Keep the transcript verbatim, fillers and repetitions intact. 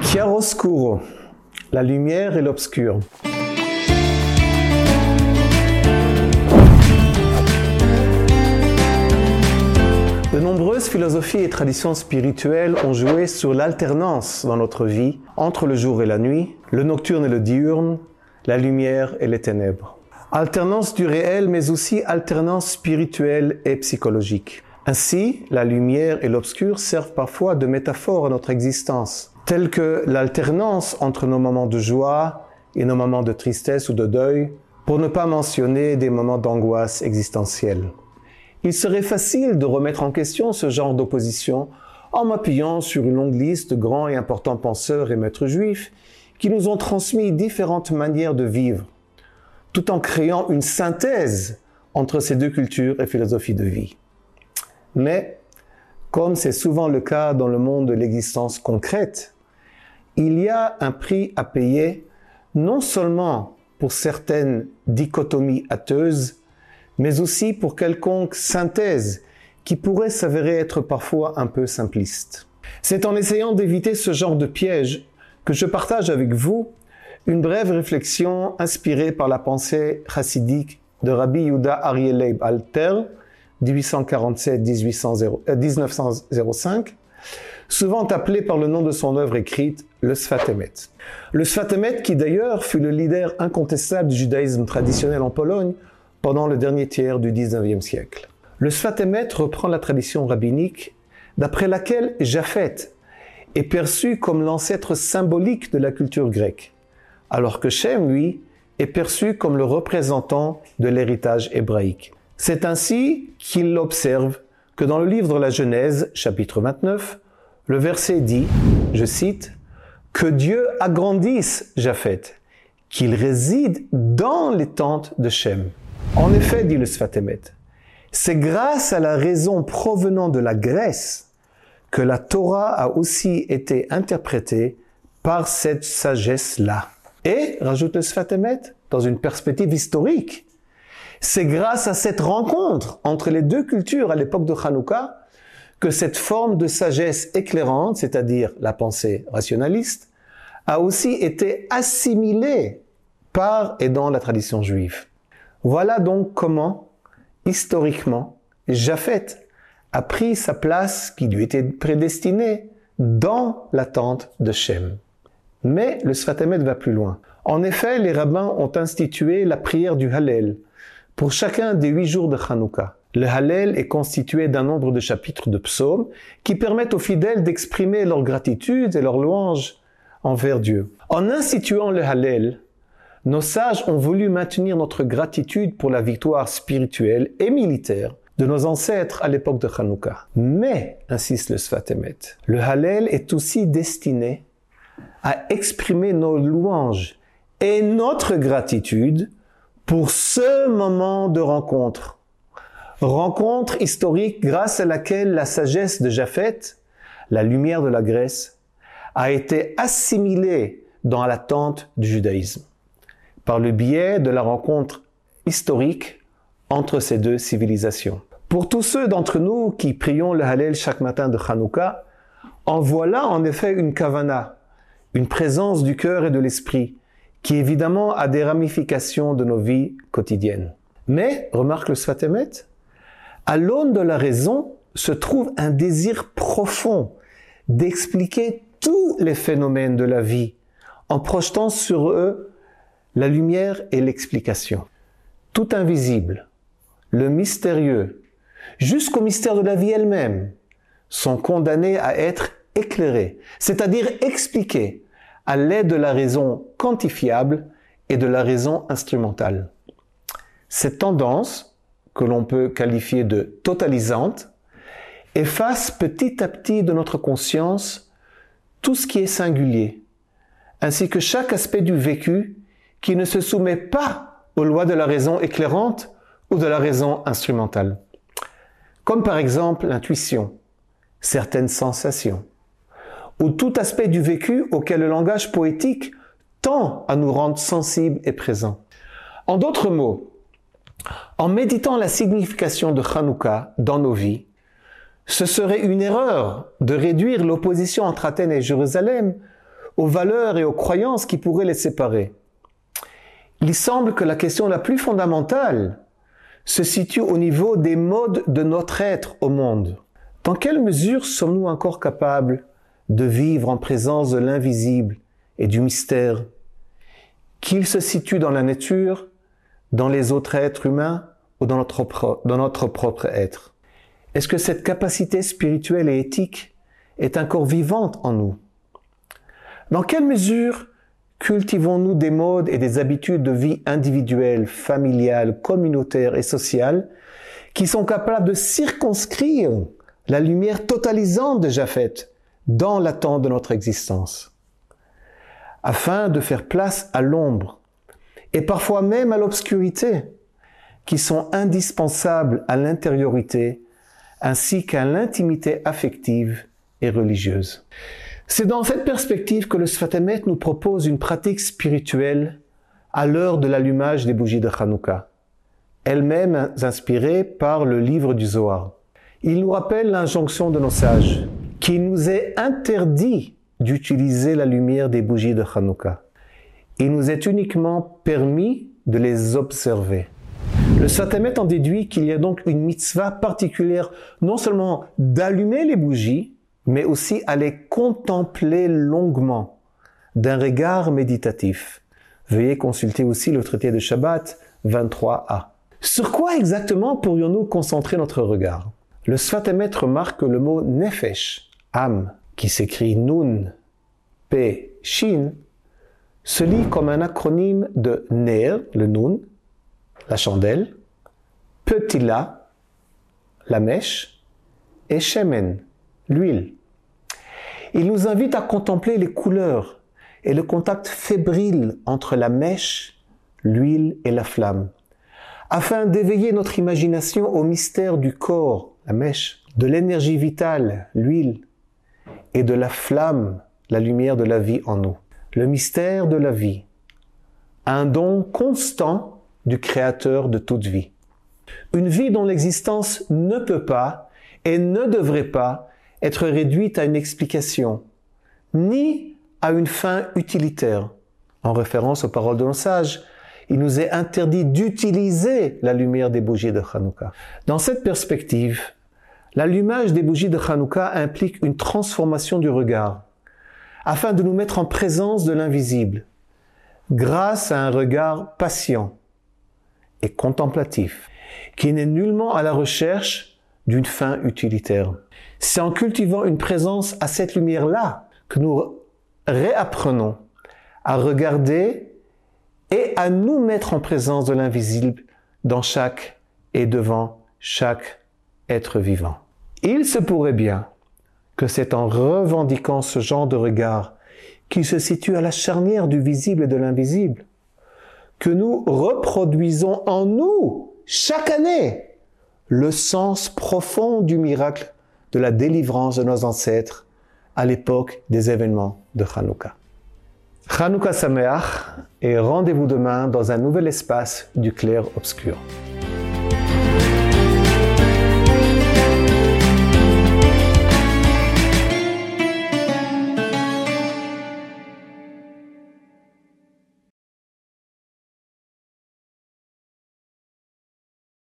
Chiaroscuro, la lumière et l'obscur. De nombreuses philosophies et traditions spirituelles ont joué sur l'alternance dans notre vie entre le jour et la nuit, le nocturne et le diurne, la lumière et les ténèbres. Alternance du réel, mais aussi alternance spirituelle et psychologique. Ainsi, la lumière et l'obscur servent parfois de métaphore à notre existence, telle que l'alternance entre nos moments de joie et nos moments de tristesse ou de deuil, pour ne pas mentionner des moments d'angoisse existentielle. Il serait facile de remettre en question ce genre d'opposition en m'appuyant sur une longue liste de grands et importants penseurs et maîtres juifs qui nous ont transmis différentes manières de vivre, tout en créant une synthèse entre ces deux cultures et philosophies de vie. Mais, comme c'est souvent le cas dans le monde de l'existence concrète, il y a un prix à payer non seulement pour certaines dichotomies hâteuses, mais aussi pour quelconque synthèse qui pourrait s'avérer être parfois un peu simpliste. C'est en essayant d'éviter ce genre de piège que je partage avec vous une brève réflexion inspirée par la pensée chassidique de Rabbi Yehuda Aryeh Leib Alter, dix-huit cent quarante-sept à dix-neuf cent cinq, souvent appelé par le nom de son œuvre écrite, le Sfat Emet. Le Sfat Emet qui d'ailleurs fut le leader incontestable du judaïsme traditionnel en Pologne pendant le dernier tiers du dix-neuvième siècle. Le Sfat Emet reprend la tradition rabbinique d'après laquelle Japhet est perçu comme l'ancêtre symbolique de la culture grecque, alors que Shem, lui, est perçu comme le représentant de l'héritage hébraïque. C'est ainsi qu'il observe que dans le livre de la Genèse, chapitre vingt-neuf, le verset dit, je cite, « Que Dieu agrandisse Japhet, qu'il réside dans les tentes de Shem. » En effet, dit le Sfat Emet, c'est grâce à la raison provenant de la Grèce que la Torah a aussi été interprétée par cette sagesse-là. Et, rajoute le Sfat Emet, dans une perspective historique, c'est grâce à cette rencontre entre les deux cultures à l'époque de Hanouka que cette forme de sagesse éclairante, c'est-à-dire la pensée rationaliste, a aussi été assimilée par et dans la tradition juive. Voilà donc comment, historiquement, Japhet a pris sa place qui lui était prédestinée dans la tente de Shem. Mais le Sfat Emet va plus loin. En effet, les rabbins ont institué la prière du Hallel pour chacun des huit jours de Hanouka. Le Hallel est constitué d'un nombre de chapitres de psaumes qui permettent aux fidèles d'exprimer leur gratitude et leur louange envers Dieu. En instituant le Hallel, nos sages ont voulu maintenir notre gratitude pour la victoire spirituelle et militaire de nos ancêtres à l'époque de Hanouka. Mais, insiste le Sfat Emet, le Hallel est aussi destiné à exprimer nos louanges et notre gratitude pour ce moment de rencontre. Rencontre historique grâce à laquelle la sagesse de Japhet, la lumière de la Grèce, a été assimilée dans la tente du judaïsme, par le biais de la rencontre historique entre ces deux civilisations. Pour tous ceux d'entre nous qui prions le Hallel chaque matin de Hanouka, en voilà en effet une kavana, une présence du cœur et de l'esprit, qui évidemment a des ramifications de nos vies quotidiennes. Mais, remarque le Sfat Emet, à l'aune de la raison se trouve un désir profond d'expliquer tous les phénomènes de la vie en projetant sur eux la lumière et l'explication. Tout invisible, le mystérieux, jusqu'au mystère de la vie elle-même, sont condamnés à être éclairés, c'est-à-dire expliqués à l'aide de la raison quantifiable et de la raison instrumentale. Cette tendance, que l'on peut qualifier de totalisante, efface petit à petit de notre conscience tout ce qui est singulier, ainsi que chaque aspect du vécu qui ne se soumet pas aux lois de la raison éclairante ou de la raison instrumentale. Comme par exemple l'intuition, certaines sensations, ou tout aspect du vécu auquel le langage poétique tend à nous rendre sensibles et présents. En d'autres mots, en méditant la signification de Hanouka dans nos vies, ce serait une erreur de réduire l'opposition entre Athènes et Jérusalem aux valeurs et aux croyances qui pourraient les séparer. Il semble que la question la plus fondamentale se situe au niveau des modes de notre être au monde. Dans quelle mesure sommes-nous encore capables de vivre en présence de l'invisible et du mystère, qu'il se situe dans la nature, dans les autres êtres humains ou dans notre, pro- dans notre propre être? Est-ce que cette capacité spirituelle et éthique est encore vivante en nous? Dans quelle mesure cultivons-nous des modes et des habitudes de vie individuelles, familiales, communautaires et sociales qui sont capables de circonscrire la lumière totalisante déjà faite dans l'attente de notre existence, afin de faire place à l'ombre et parfois même à l'obscurité qui sont indispensables à l'intériorité ainsi qu'à l'intimité affective et religieuse. C'est dans cette perspective que le Sfat Emet nous propose une pratique spirituelle à l'heure de l'allumage des bougies de Hanouka, elle-même inspirée par le livre du Zohar. Il nous rappelle l'injonction de nos sages, qu'il nous est interdit d'utiliser la lumière des bougies de Hanouka. Il nous est uniquement permis de les observer. Le Sfat Emet en déduit qu'il y a donc une mitzvah particulière, non seulement d'allumer les bougies, mais aussi à les contempler longuement, d'un regard méditatif. Veuillez consulter aussi le traité de Shabbat vingt-trois a. Sur quoi exactement pourrions-nous concentrer notre regard? Le Sfat Emet remarque que le mot nefesh, âme, qui s'écrit nun, pe, shin, se lit comme un acronyme de ner, le nun, la chandelle, petila, la mèche, et shemen, l'huile. Il nous invite à contempler les couleurs et le contact fébrile entre la mèche, l'huile et la flamme, afin d'éveiller notre imagination au mystère du corps, la mèche, de l'énergie vitale, l'huile, et de la flamme, la lumière de la vie en nous. Le mystère de la vie, un don constant du Créateur de toute vie. Une vie dont l'existence ne peut pas et ne devrait pas être réduite à une explication, ni à une fin utilitaire. En référence aux paroles de nos sages, il nous est interdit d'utiliser la lumière des bougies de Hanouka. Dans cette perspective, l'allumage des bougies de Hanouka implique une transformation du regard, afin de nous mettre en présence de l'invisible, grâce à un regard patient et contemplatif, qui n'est nullement à la recherche d'une fin utilitaire. C'est en cultivant une présence à cette lumière-là que nous réapprenons à regarder et à nous mettre en présence de l'invisible dans chaque et devant chaque être vivant. Il se pourrait bien que c'est en revendiquant ce genre de regard qui se situe à la charnière du visible et de l'invisible que nous reproduisons en nous chaque année le sens profond du miracle de la délivrance de nos ancêtres à l'époque des événements de Hanouka. Hanouka Sameach et rendez-vous demain dans un nouvel espace du clair-obscur.